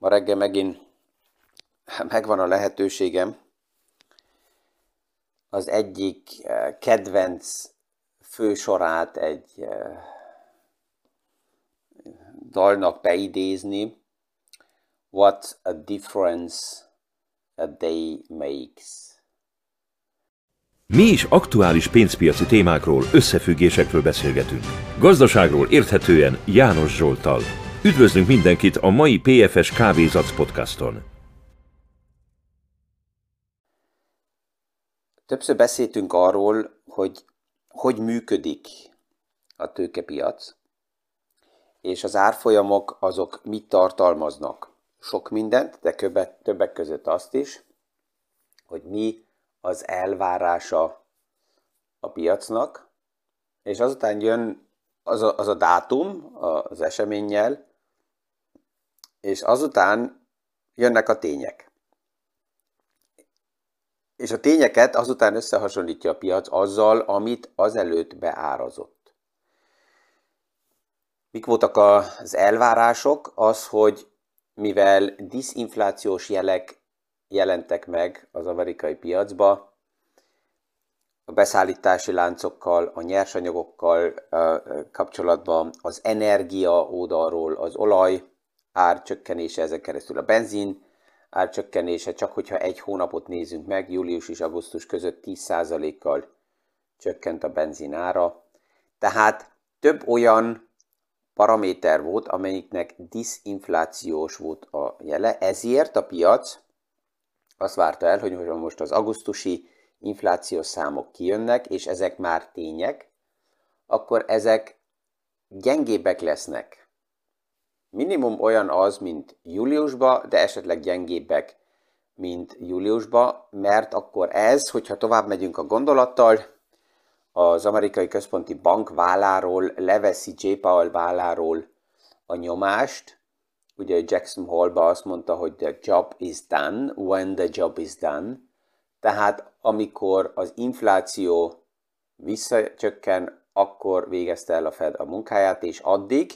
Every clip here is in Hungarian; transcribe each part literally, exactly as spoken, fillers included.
Ma reggel megint megvan a lehetőségem az egyik kedvenc fősorát egy dalnak beidézni. What a difference a day makes. Mi is aktuális pénzpiaci témákról, összefüggésekről beszélgetünk. Gazdaságról érthetően János Zsolttal. Üdvözlünk mindenkit a mai pé ef es Kávézac podcaston. Többször beszéltünk arról, hogy hogy működik a tőkepiac, és az árfolyamok azok mit tartalmaznak. Sok mindent, de többek között azt is, hogy mi az elvárása a piacnak, és azután jön az a, az a dátum az eseménnyel, és azután jönnek a tények. És a tényeket azután összehasonlítja a piac azzal, amit azelőtt beárazott. Mik voltak az elvárások? Az, hogy mivel diszinflációs jelek jelentek meg az amerikai piacba, a beszállítási láncokkal, a nyersanyagokkal kapcsolatban, az energia oldalról, az olaj árcsökkenése, ezen keresztül a benzin árcsökkenése, csak hogyha egy hónapot nézünk meg, július és augusztus között tíz százalékkal csökkent a benzin ára. Tehát több olyan paraméter volt, amelyiknek diszinflációs volt a jele, ezért a piac azt várta el, hogy most az augusztusi inflációs számok kijönnek, és ezek már tények, akkor ezek gyengébbek lesznek. Minimum olyan az, mint júliusban, de esetleg gyengébbek, mint júliusban, mert akkor ez, hogyha tovább megyünk a gondolattal, az amerikai központi bank válláról leveszi Jay Powell válláról a nyomást. Ugye Jackson Hole-ba azt mondta, hogy the job is done, when the job is done. Tehát amikor az infláció visszacsökken, akkor végezte el a Fed a munkáját, és addig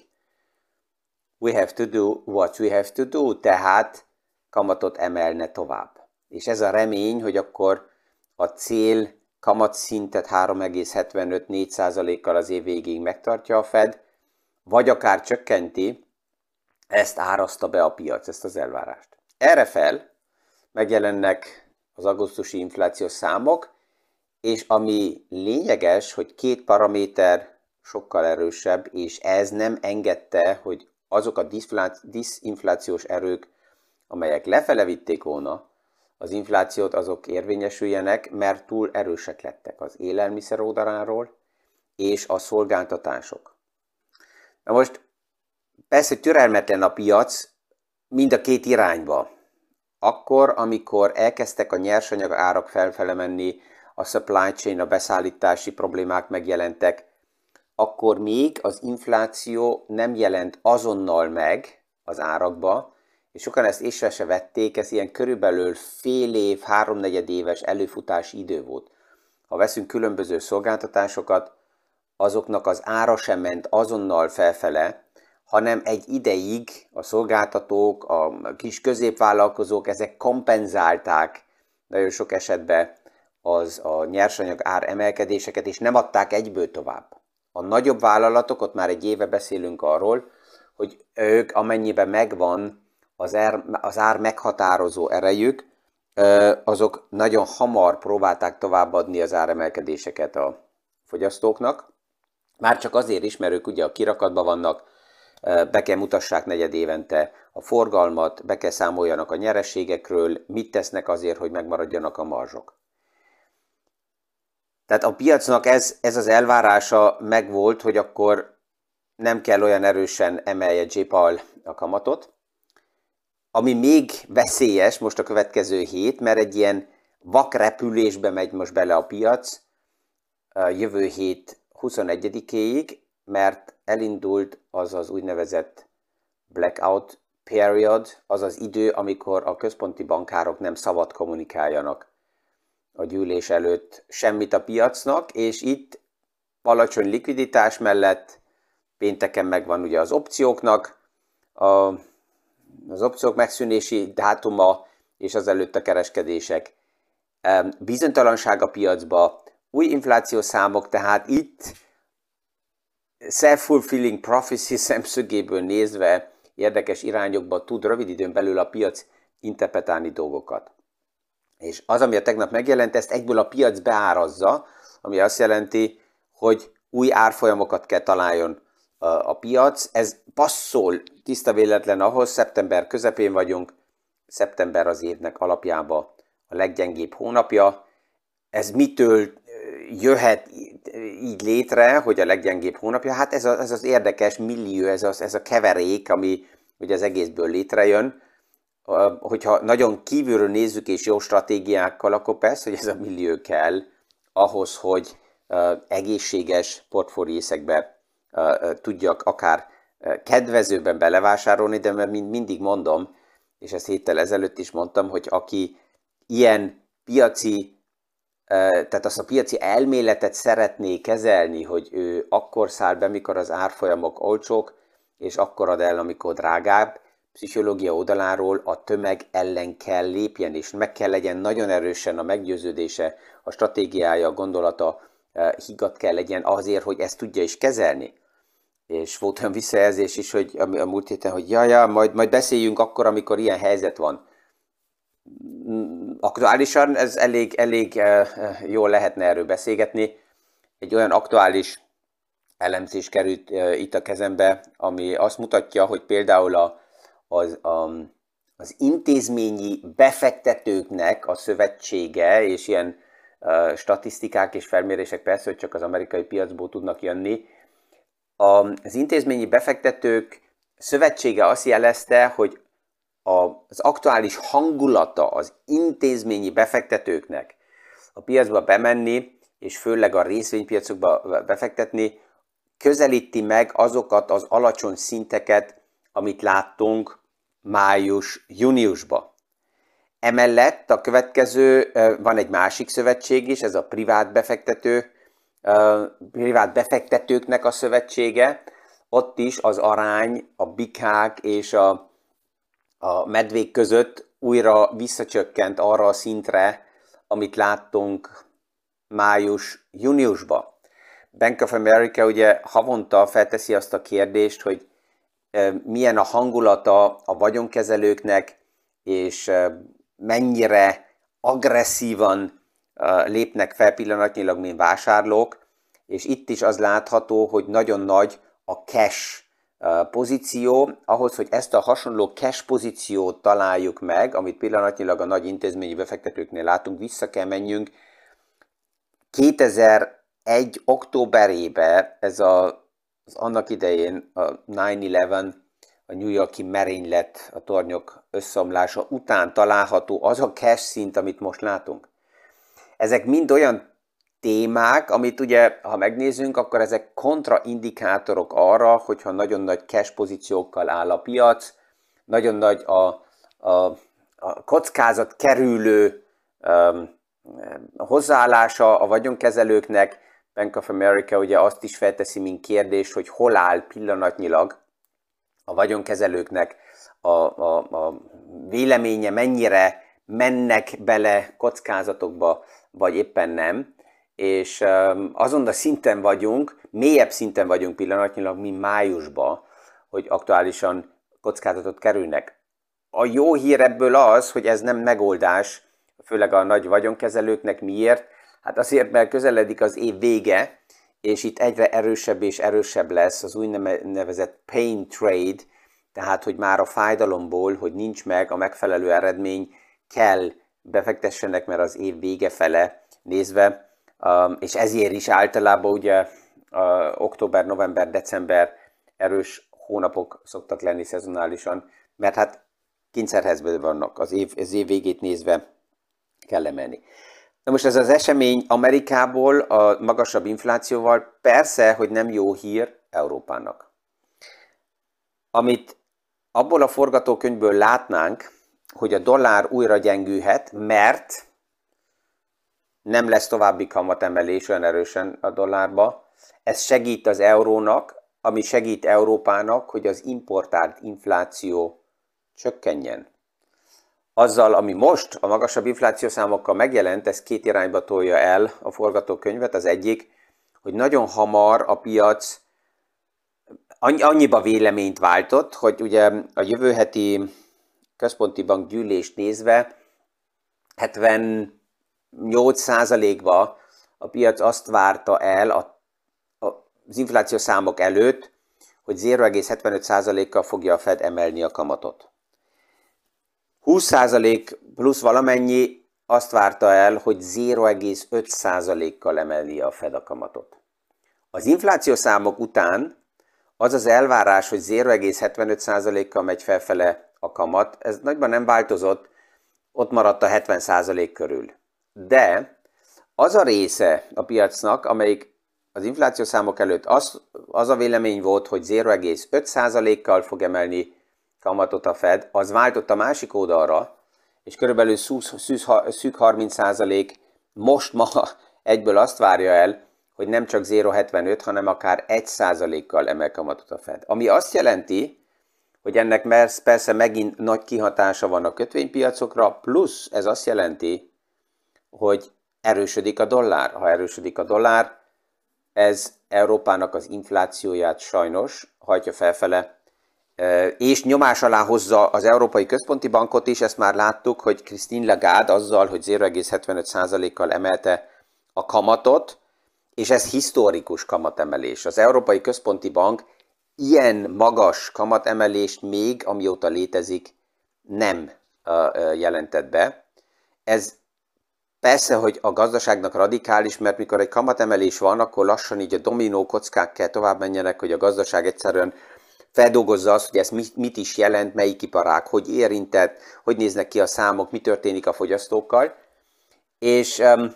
we have to do what we have to do, tehát kamatot emelne tovább. És ez a remény, hogy akkor a cél kamatszintet három egész hetvenöt-négy százalékkal az év végéig megtartja a Fed, vagy akár csökkenti, ezt árazta be a piac, ezt az elvárást. Erre fel megjelennek az augusztusi inflációs számok, és ami lényeges, hogy két paraméter sokkal erősebb, és ez nem engedte, hogy azok a diszinflációs erők, amelyek lefele vitték volna az inflációt, azok érvényesüljenek, mert túl erősek lettek az élelmiszer oldaláról és a szolgáltatások. Na most persze türelmetlen a piac mind a két irányba. Akkor, amikor elkezdtek a nyersanyag árak felfele menni, a supply chain, a beszállítási problémák megjelentek, akkor még az infláció nem jelent azonnal meg az árakba, és sokan ezt észre se vették, ez ilyen körülbelül fél év, háromnegyed éves előfutási idő volt. Ha veszünk különböző szolgáltatásokat, azoknak az ára sem ment azonnal felfele, hanem egy ideig a szolgáltatók, a kis középvállalkozók, ezek kompenzálták nagyon sok esetben az a nyersanyag ár emelkedéseket, és nem adták egyből tovább. A nagyobb vállalatok, ott már egy éve beszélünk arról, hogy ők amennyiben megvan az ár, az ár meghatározó erejük, azok nagyon hamar próbálták továbbadni az áremelkedéseket a fogyasztóknak. Már csak azért is, mert ők ugye a kirakatban vannak, be kell mutassák negyed évente a forgalmat, be kell számoljanak a nyereségekről, mit tesznek azért, hogy megmaradjanak a marzsok. Tehát a piacnak ez, ez az elvárása megvolt, hogy akkor nem kell olyan erősen emelje Jay Powell a kamatot, ami még veszélyes most a következő hét, mert egy ilyen vakrepülésbe megy most bele a piac a jövő hét huszonegyedikéig, mert elindult az az úgynevezett blackout period, az az idő, amikor a központi bankárok nem szabad kommunikáljanak a gyűlés előtt semmit a piacnak, és itt alacsony likviditás mellett pénteken megvan ugye az opcióknak a az opciók megszűnési dátuma és az előtt a kereskedések, bizonytalanság a piacba, új inflációs számok, tehát itt self-fulfilling prophecy szemszögéből nézve érdekes irányokba tud rövid időn belül a piac interpretálni dolgokat. És az, ami a tegnap megjelent, ezt egyből a piac beárazza, ami azt jelenti, hogy új árfolyamokat kell találjon a, a piac. Ez passzol tiszta véletlen ahhoz, szeptember közepén vagyunk, szeptember az évnek alapjában a leggyengébb hónapja. Ez mitől jöhet így létre, hogy a leggyengébb hónapja? Hát ez, a, ez az érdekes millió, ez, az, ez a keverék, ami ugye az egészből létrejön. Hogyha nagyon kívülről nézzük és jó stratégiákkal, akkor persze, hogy ez a millió kell ahhoz, hogy egészséges portfóliószekbe tudjak akár kedvezőben belevásárolni, de mert mindig mondom, és ezt héttel ezelőtt is mondtam, hogy aki ilyen piaci, tehát azt a piaci elméletet szeretné kezelni, hogy ő akkor száll be, mikor az árfolyamok olcsók, és akkor ad el, amikor drágább, pszichológia oldaláról a tömeg ellen kell lépjen, és meg kell legyen nagyon erősen a meggyőződése, a stratégiája, a gondolata, higgadt kell legyen azért, hogy ezt tudja is kezelni. És volt olyan visszajelzés is, hogy a múlt héten, hogy ja, ja, majd, majd beszéljünk akkor, amikor ilyen helyzet van. Aktuálisan ez elég, elég jól lehetne erről beszélgetni. Egy olyan aktuális elemzés került itt a kezembe, ami azt mutatja, hogy például a, az, a, az intézményi befektetőknek a szövetsége, és ilyen uh, statisztikák és felmérések persze, hogy csak az amerikai piacból tudnak jönni, a, az intézményi befektetők szövetsége azt jelezte, hogy a, az aktuális hangulata az intézményi befektetőknek a piacba bemenni, és főleg a részvénypiacokba befektetni, közelíti meg azokat az alacsony szinteket, amit láttunk május-júniusban. Emellett a következő, van egy másik szövetség is, ez a privát befektető, privát befektetőknek a szövetsége. Ott is az arány a bikák és a, a medvék között újra visszacsökkent arra a szintre, amit láttunk május-júniusban. Bank of America ugye havonta felteszi azt a kérdést, hogy milyen a hangulata a vagyonkezelőknek, és mennyire agresszívan lépnek fel pillanatnyilag, mint vásárlók, és itt is az látható, hogy nagyon nagy a cash pozíció. Ahhoz, hogy ezt a hasonló cash pozíciót találjuk meg, amit pillanatnyilag a nagy intézményi befektetőknél látunk, vissza kell menjünk kétezer-egy októberébe, ez a, az annak idején a nine eleven, a New York-i merénylet, a tornyok összeomlása után található az a cash szint, amit most látunk. Ezek mind olyan témák, amit ugye, ha megnézzünk, akkor ezek kontraindikátorok arra, hogyha nagyon nagy cash pozíciókkal áll a piac, nagyon nagy a, a, a kockázat kerülő um, hozzáállása a vagyonkezelőknek. Bank of America ugye azt is felteszi, mint kérdés, hogy hol áll pillanatnyilag a vagyonkezelőknek a, a, a véleménye, mennyire mennek bele kockázatokba, vagy éppen nem. És um, azon a szinten vagyunk, mélyebb szinten vagyunk pillanatnyilag, mint májusban, hogy aktuálisan kockázatot kerülnek. A jó hír ebből az, hogy ez nem megoldás, főleg a nagy vagyonkezelőknek. Miért? Hát azért, mert közeledik az év vége, és itt egyre erősebb és erősebb lesz az úgynevezett pain trade, tehát, hogy már a fájdalomból, hogy nincs meg a megfelelő eredmény, kell befektessenek, mert az év vége fele nézve, és ezért is általában ugye október, november, december erős hónapok szoktak lenni szezonálisan, mert hát kényszerhelyzetben vannak, az év, az év végét nézve kell emelni. Na most ez az esemény Amerikából, a magasabb inflációval persze, hogy nem jó hír Európának. Amit abból a forgatókönyvből látnánk, hogy a dollár újra gyengülhet, mert nem lesz további kamatemelés olyan erősen a dollárba. Ez segít az eurónak, ami segít Európának, hogy az importált infláció csökkenjen. Azzal, ami most a magasabb inflációszámokkal megjelent, ez két irányba tolja el a forgatókönyvet. Az egyik, hogy nagyon hamar a piac annyiba véleményt váltott, hogy ugye a jövő heti központi bank gyűlést nézve hetvennyolc százalékba a piac azt várta el a, a, az inflációs számok előtt, hogy zéro egész hetvenöt százalékkal fogja a Fed emelni a kamatot. húsz százalék plusz valamennyi azt várta el, hogy zéro egész öt százalékkal emelni a Fed a kamatot. Az inflációs számok után az az elvárás, hogy zéro egész hetvenöt százalékkal megy felfele a kamat, ez nagyban nem változott, ott maradt a hetven százalék körül. De az a része a piacnak, amelyik az inflációs számok előtt az, az a vélemény volt, hogy zéro egész öt százalékkal fog emelni kamatot a Fed, az váltott a másik oldalra, és körülbelül szűk harminc százalék most ma egyből azt várja el, hogy nem csak zéro egész hetvenöt, hanem akár egy százalékkal emel kamatot a Fed. Ami azt jelenti, hogy ennek persze megint nagy kihatása van a kötvénypiacokra, plusz ez azt jelenti, hogy erősödik a dollár. Ha erősödik a dollár, ez Európának az inflációját sajnos hajtja felfele, és nyomás alá hozza az Európai Központi Bankot is, ezt már láttuk, hogy Christine Lagarde azzal, hogy zéro egész hetvenöt százalékkal emelte a kamatot, és ez historikus kamatemelés. Az Európai Központi Bank ilyen magas kamatemelést még, amióta létezik, nem jelentett be. Ez persze, hogy a gazdaságnak radikális, mert mikor egy kamatemelés van, akkor lassan így a dominó kockák kell tovább menjenek, hogy a gazdaság egyszerűen feldolgozza azt, hogy ez mit is jelent, melyik iparág, hogy érintett, hogy néznek ki a számok, mi történik a fogyasztókkal. És um,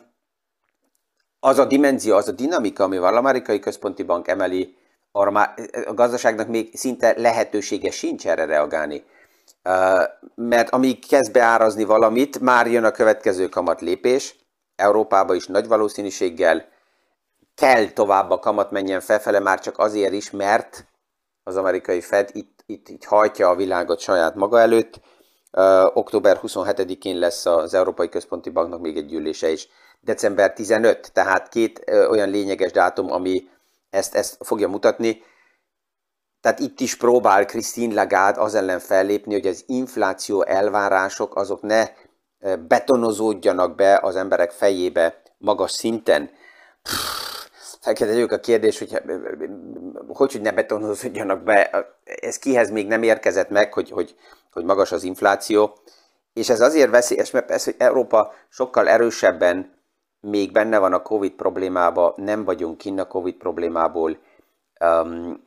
az a dimenzió, az a dinamika, amivel az Amerikai Központi Bank emeli, arra már a gazdaságnak még szinte lehetősége sincs erre reagálni. Uh, mert amíg kezd beárazni valamit, már jön a következő kamat lépés. Európában is nagy valószínűséggel kell tovább a kamat menjen felfele, már csak azért is, mert az amerikai Fed itt, itt, itt hajtja a világot saját maga előtt. Uh, október huszonhetedikén lesz az Európai Központi Banknak még egy gyűlése is. december tizenötödike, tehát két uh, olyan lényeges dátum, ami ezt, ezt fogja mutatni. Tehát itt is próbál Christine Lagarde az ellen fellépni, hogy az infláció elvárások azok ne betonozódjanak be az emberek fejébe magas szinten. Fel kell tegyük a kérdés, hogy hogy, hogy ne betonozódjanak be, ez kihez még nem érkezett meg, hogy, hogy, hogy magas az infláció. És ez azért veszélyes, mert persze, hogy Európa sokkal erősebben még benne van a Covid problémába, nem vagyunk kinn a Covid problémából. Um,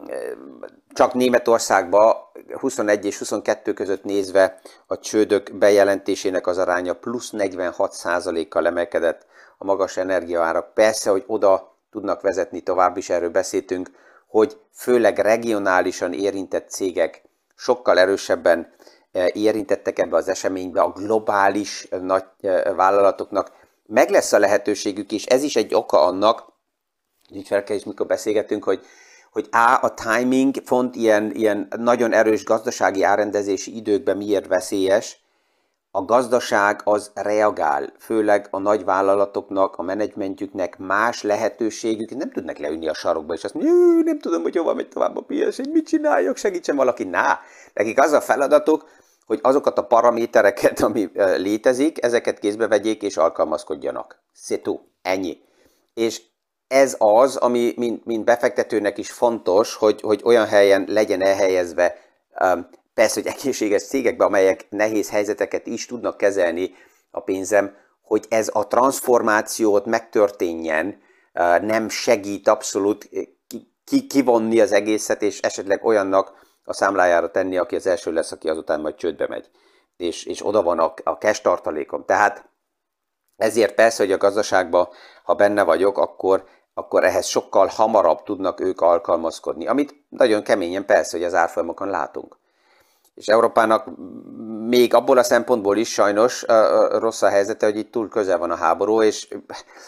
csak Németországban huszonegy és huszonkettő között nézve a csődök bejelentésének az aránya plusz negyvenhat százalékkal emelkedett a magas energiaárak. Persze, hogy oda tudnak vezetni, tovább is erről beszéltünk, hogy főleg regionálisan érintett cégek sokkal erősebben érintettek ebbe az eseménybe, a globális nagy vállalatoknak meg lesz a lehetőségük, és ez is egy oka annak, így fel kell is, mikor beszélgetünk, hogy hogy á, a timing font ilyen, ilyen nagyon erős gazdasági árrendezési időkben miért veszélyes. A gazdaság az reagál, főleg a nagy vállalatoknak, a menedzsmentjüknek más lehetőségük, nem tudnak leülni a sarokba, és azt mondják, nem tudom, hogy hova megy tovább a piac, hogy mit csináljak, segítsen valaki. Ná, nekik az a feladatuk, hogy azokat a paramétereket, ami létezik, ezeket kézbe vegyék és alkalmazkodjanak. C'est tout. Ennyi. És ez az, ami mint, mint befektetőnek is fontos, hogy, hogy olyan helyen legyen elhelyezve, um, persze, hogy egészséges cégekben, amelyek nehéz helyzeteket is tudnak kezelni a pénzem, hogy ez a transformációt megtörténjen, uh, nem segít abszolút ki, ki, kivonni az egészet, és esetleg olyannak a számlájára tenni, aki az első lesz, aki azután majd csődbe megy, és, és oda van a, a cash tartalékom. Tehát ezért persze, hogy a gazdaságban, ha benne vagyok, akkor akkor ehhez sokkal hamarabb tudnak ők alkalmazkodni, amit nagyon keményen persze, hogy az árfolyamokon látunk. És Európának még abból a szempontból is sajnos rossz a helyzete, hogy itt túl közel van a háború, és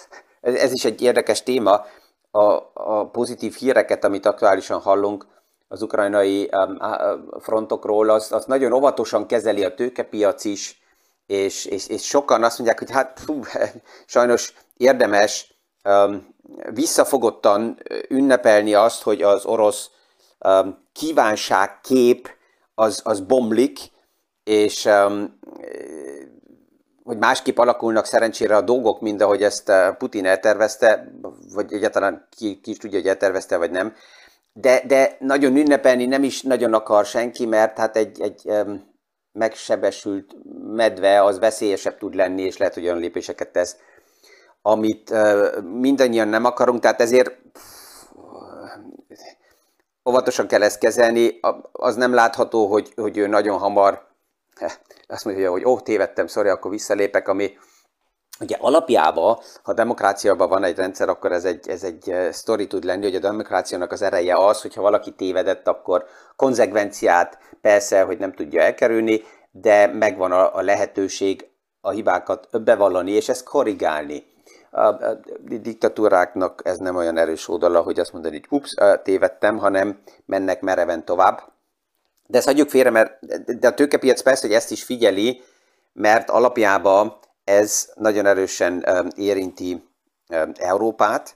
ez is egy érdekes téma, a, a pozitív híreket, amit aktuálisan hallunk, az ukrajnai frontokról, azt, azt nagyon óvatosan kezeli a tőkepiac is, és, és, és sokan azt mondják, hogy hát fú, sajnos érdemes um, visszafogottan ünnepelni azt, hogy az orosz um, kívánságkép az, az bomlik, és um, hogy másképp alakulnak szerencsére a dolgok, mint ahogy ezt Putin eltervezte, vagy egyáltalán ki, ki is tudja, hogy eltervezte, vagy nem. De, de nagyon ünnepelni nem is nagyon akar senki, mert hát egy, egy um, megsebesült medve az veszélyesebb tud lenni, és lehet, hogy olyan lépéseket tesz, amit uh, mindannyian nem akarunk, tehát ezért pff, óvatosan kell ezt kezelni. Az nem látható, hogy, hogy ő nagyon hamar azt mondja, hogy ó, tévedtem, sorry, akkor visszalépek, ami ugye alapjában, ha demokráciában van egy rendszer, akkor ez egy, ez egy sztori tud lenni, hogy a demokráciának az ereje az, hogyha valaki tévedett, akkor konzekvenciát persze, hogy nem tudja elkerülni, de megvan a, a lehetőség a hibákat bevallani, és ezt korrigálni. A diktatúráknak ez nem olyan erős oldala, hogy azt mondani, hogy ups, tévedtem, hanem mennek mereven tovább. De ezt hagyjuk félre, mert de a tőkepiac persze, hogy ezt is figyeli, mert alapjában ez nagyon erősen érinti Európát.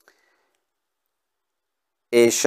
És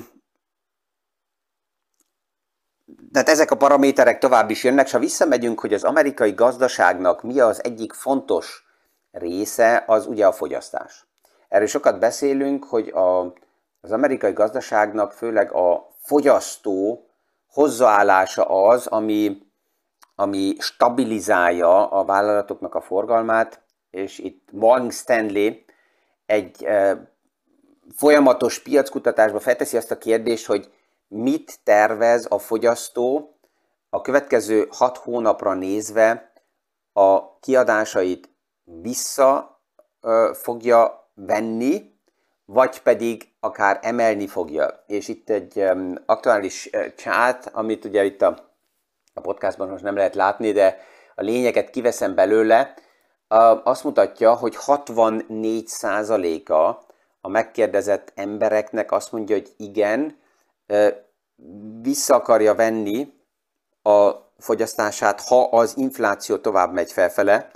tehát ezek a paraméterek tovább is jönnek, és ha visszamegyünk, hogy az amerikai gazdaságnak mi az egyik fontos része, az ugye a fogyasztás. Erről sokat beszélünk, hogy a, az amerikai gazdaságnak főleg a fogyasztó hozzáállása az, ami, ami stabilizálja a vállalatoknak a forgalmát, és itt Morgan Stanley egy e, folyamatos piackutatásba felteszi azt a kérdést, hogy mit tervez a fogyasztó a következő hat hónapra nézve a kiadásait vissza e, fogja venni, vagy pedig akár emelni fogja. És itt egy um, aktuális uh, chart, amit ugye itt a, a podcastban most nem lehet látni, de a lényeget kiveszem belőle, uh, azt mutatja, hogy hatvannégy százaléka a megkérdezett embereknek azt mondja, hogy igen, uh, vissza akarja venni a fogyasztását, ha az infláció tovább megy felfele.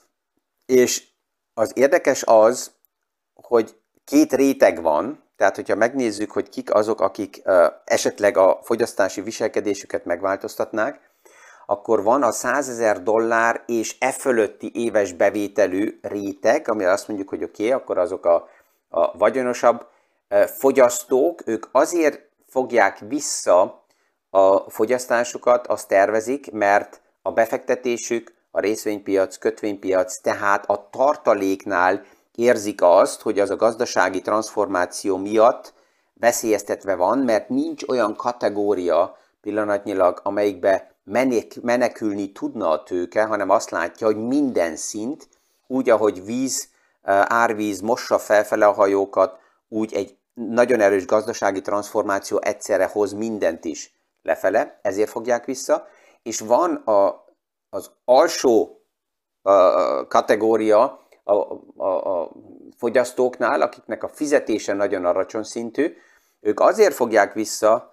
És az érdekes az, hogy két réteg van, tehát hogyha megnézzük, hogy kik azok, akik uh, esetleg a fogyasztási viselkedésüket megváltoztatnák, akkor van a százezer dollár és e fölötti éves bevételű réteg, amire azt mondjuk, hogy oké, okay, akkor azok a, a vagyonosabb uh, fogyasztók, ők azért fogják vissza a fogyasztásukat, azt tervezik, mert a befektetésük, a részvénypiac, kötvénypiac, tehát a tartaléknál érzik azt, hogy az a gazdasági transformáció miatt veszélyeztetve van, mert nincs olyan kategória pillanatnyilag, amelyikbe menekülni tudna a tőke, hanem azt látja, hogy minden szint, úgy, ahogy víz, árvíz mossa felfele a hajókat, úgy egy nagyon erős gazdasági transformáció egyszerre hoz mindent is lefele, ezért fogják vissza, és van a, az alsó a, kategória, A, a, a fogyasztóknál, akiknek a fizetése nagyon alacsony szintű, ők azért fogják vissza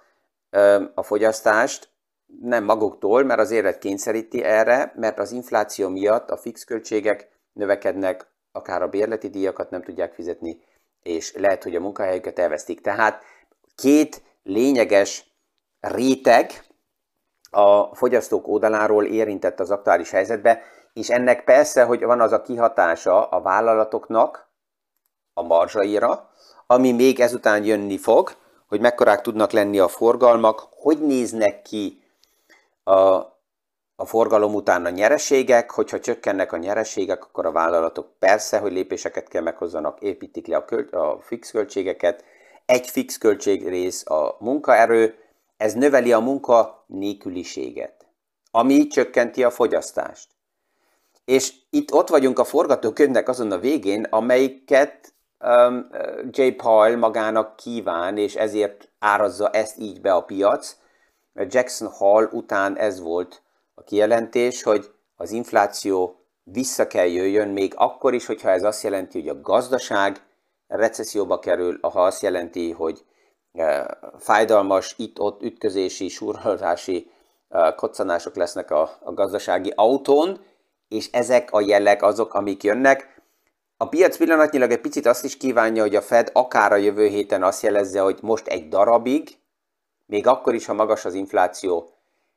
a fogyasztást, nem maguktól, mert az élet kényszeríti erre, mert az infláció miatt a fix költségek növekednek, akár a bérleti díjakat nem tudják fizetni, és lehet, hogy a munkahelyüket elvesztik. Tehát két lényeges réteg a fogyasztók oldaláról érintett az aktuális helyzetbe, és ennek persze, hogy van az a kihatása a vállalatoknak a marzsaira, ami még ezután jönni fog, hogy mekkorák tudnak lenni a forgalmak, hogy néznek ki a, a forgalom után a nyereségek, hogyha csökkennek a nyereségek, akkor a vállalatok persze, hogy lépéseket kell meghozzanak, építik le a, költ, a fix költségeket, egy fix költségrész a munkaerő, ez növeli a munkanélküliséget, ami csökkenti a fogyasztást. És itt ott vagyunk a forgatókönyvnek azon a végén, amelyiket um, Jay Powell magának kíván, és ezért árazza ezt így be a piac. Jackson Hole után ez volt a kijelentés, hogy az infláció vissza kell jöjjön, még akkor is, hogyha ez azt jelenti, hogy a gazdaság recesszióba kerül, ha azt jelenti, hogy fájdalmas itt-ott ütközési, surrolási koccanások lesznek a, a gazdasági autón, és ezek a jelek azok, amik jönnek. A piac pillanatnyilag egy picit azt is kívánja, hogy a Fed akár a jövő héten azt jelezze, hogy most egy darabig, még akkor is, ha magas az infláció,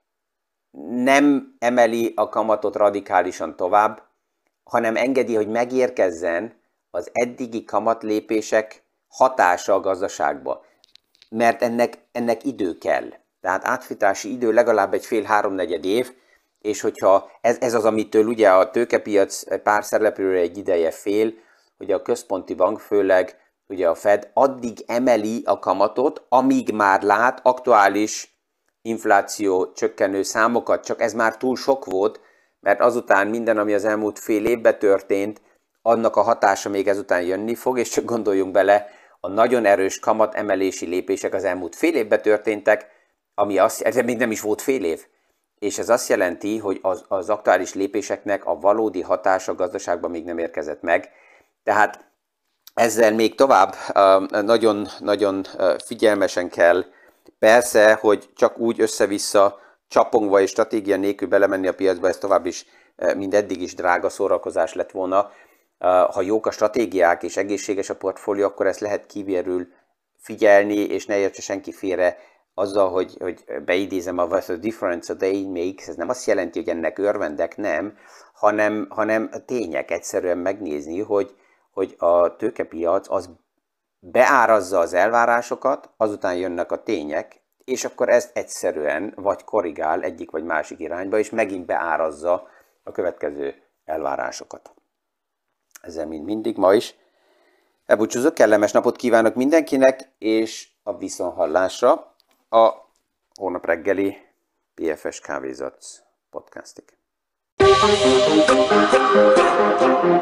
nem emeli a kamatot radikálisan tovább, hanem engedi, hogy megérkezzen az eddigi kamatlépések hatása a gazdaságba. Mert ennek, ennek idő kell. Tehát átfutási idő legalább egy fél-háromnegyed év, és hogyha ez, ez az, amitől ugye a tőkepiac pár szereplőre egy ideje fél, hogy a központi bank, főleg ugye a Fed addig emeli a kamatot, amíg már lát aktuális infláció csökkenő számokat, csak ez már túl sok volt, mert azután minden, ami az elmúlt fél évben történt, annak a hatása még ezután jönni fog, és csak gondoljunk bele, a nagyon erős kamat emelési lépések az elmúlt fél évben történtek, ami azt, ez még nem is volt fél év, és ez azt jelenti, hogy az, az aktuális lépéseknek a valódi hatása a gazdaságban még nem érkezett meg. Tehát ezzel még tovább nagyon-nagyon figyelmesen kell, persze, hogy csak úgy össze-vissza csapongva és stratégia nélkül belemenni a piacba, ez tovább is, mind eddig is drága szórakozás lett volna. Ha jók a stratégiák és egészséges a portfólió, akkor ezt lehet kívülről figyelni, és ne értse senki félre azzal, hogy, hogy beidézem a "What's the difference a day makes", ez nem azt jelenti, hogy ennek örvendek, nem, hanem, hanem tények, egyszerűen megnézni, hogy, hogy a tőkepiac az beárazza az elvárásokat, azután jönnek a tények, és akkor ezt egyszerűen vagy korrigál egyik vagy másik irányba, és megint beárazza a következő elvárásokat. Ezzel mind mindig ma is. Elbúcsúzok, kellemes napot kívánok mindenkinek, és a viszonthallásra a hónap reggeli pé ef es Kávézac podcastig.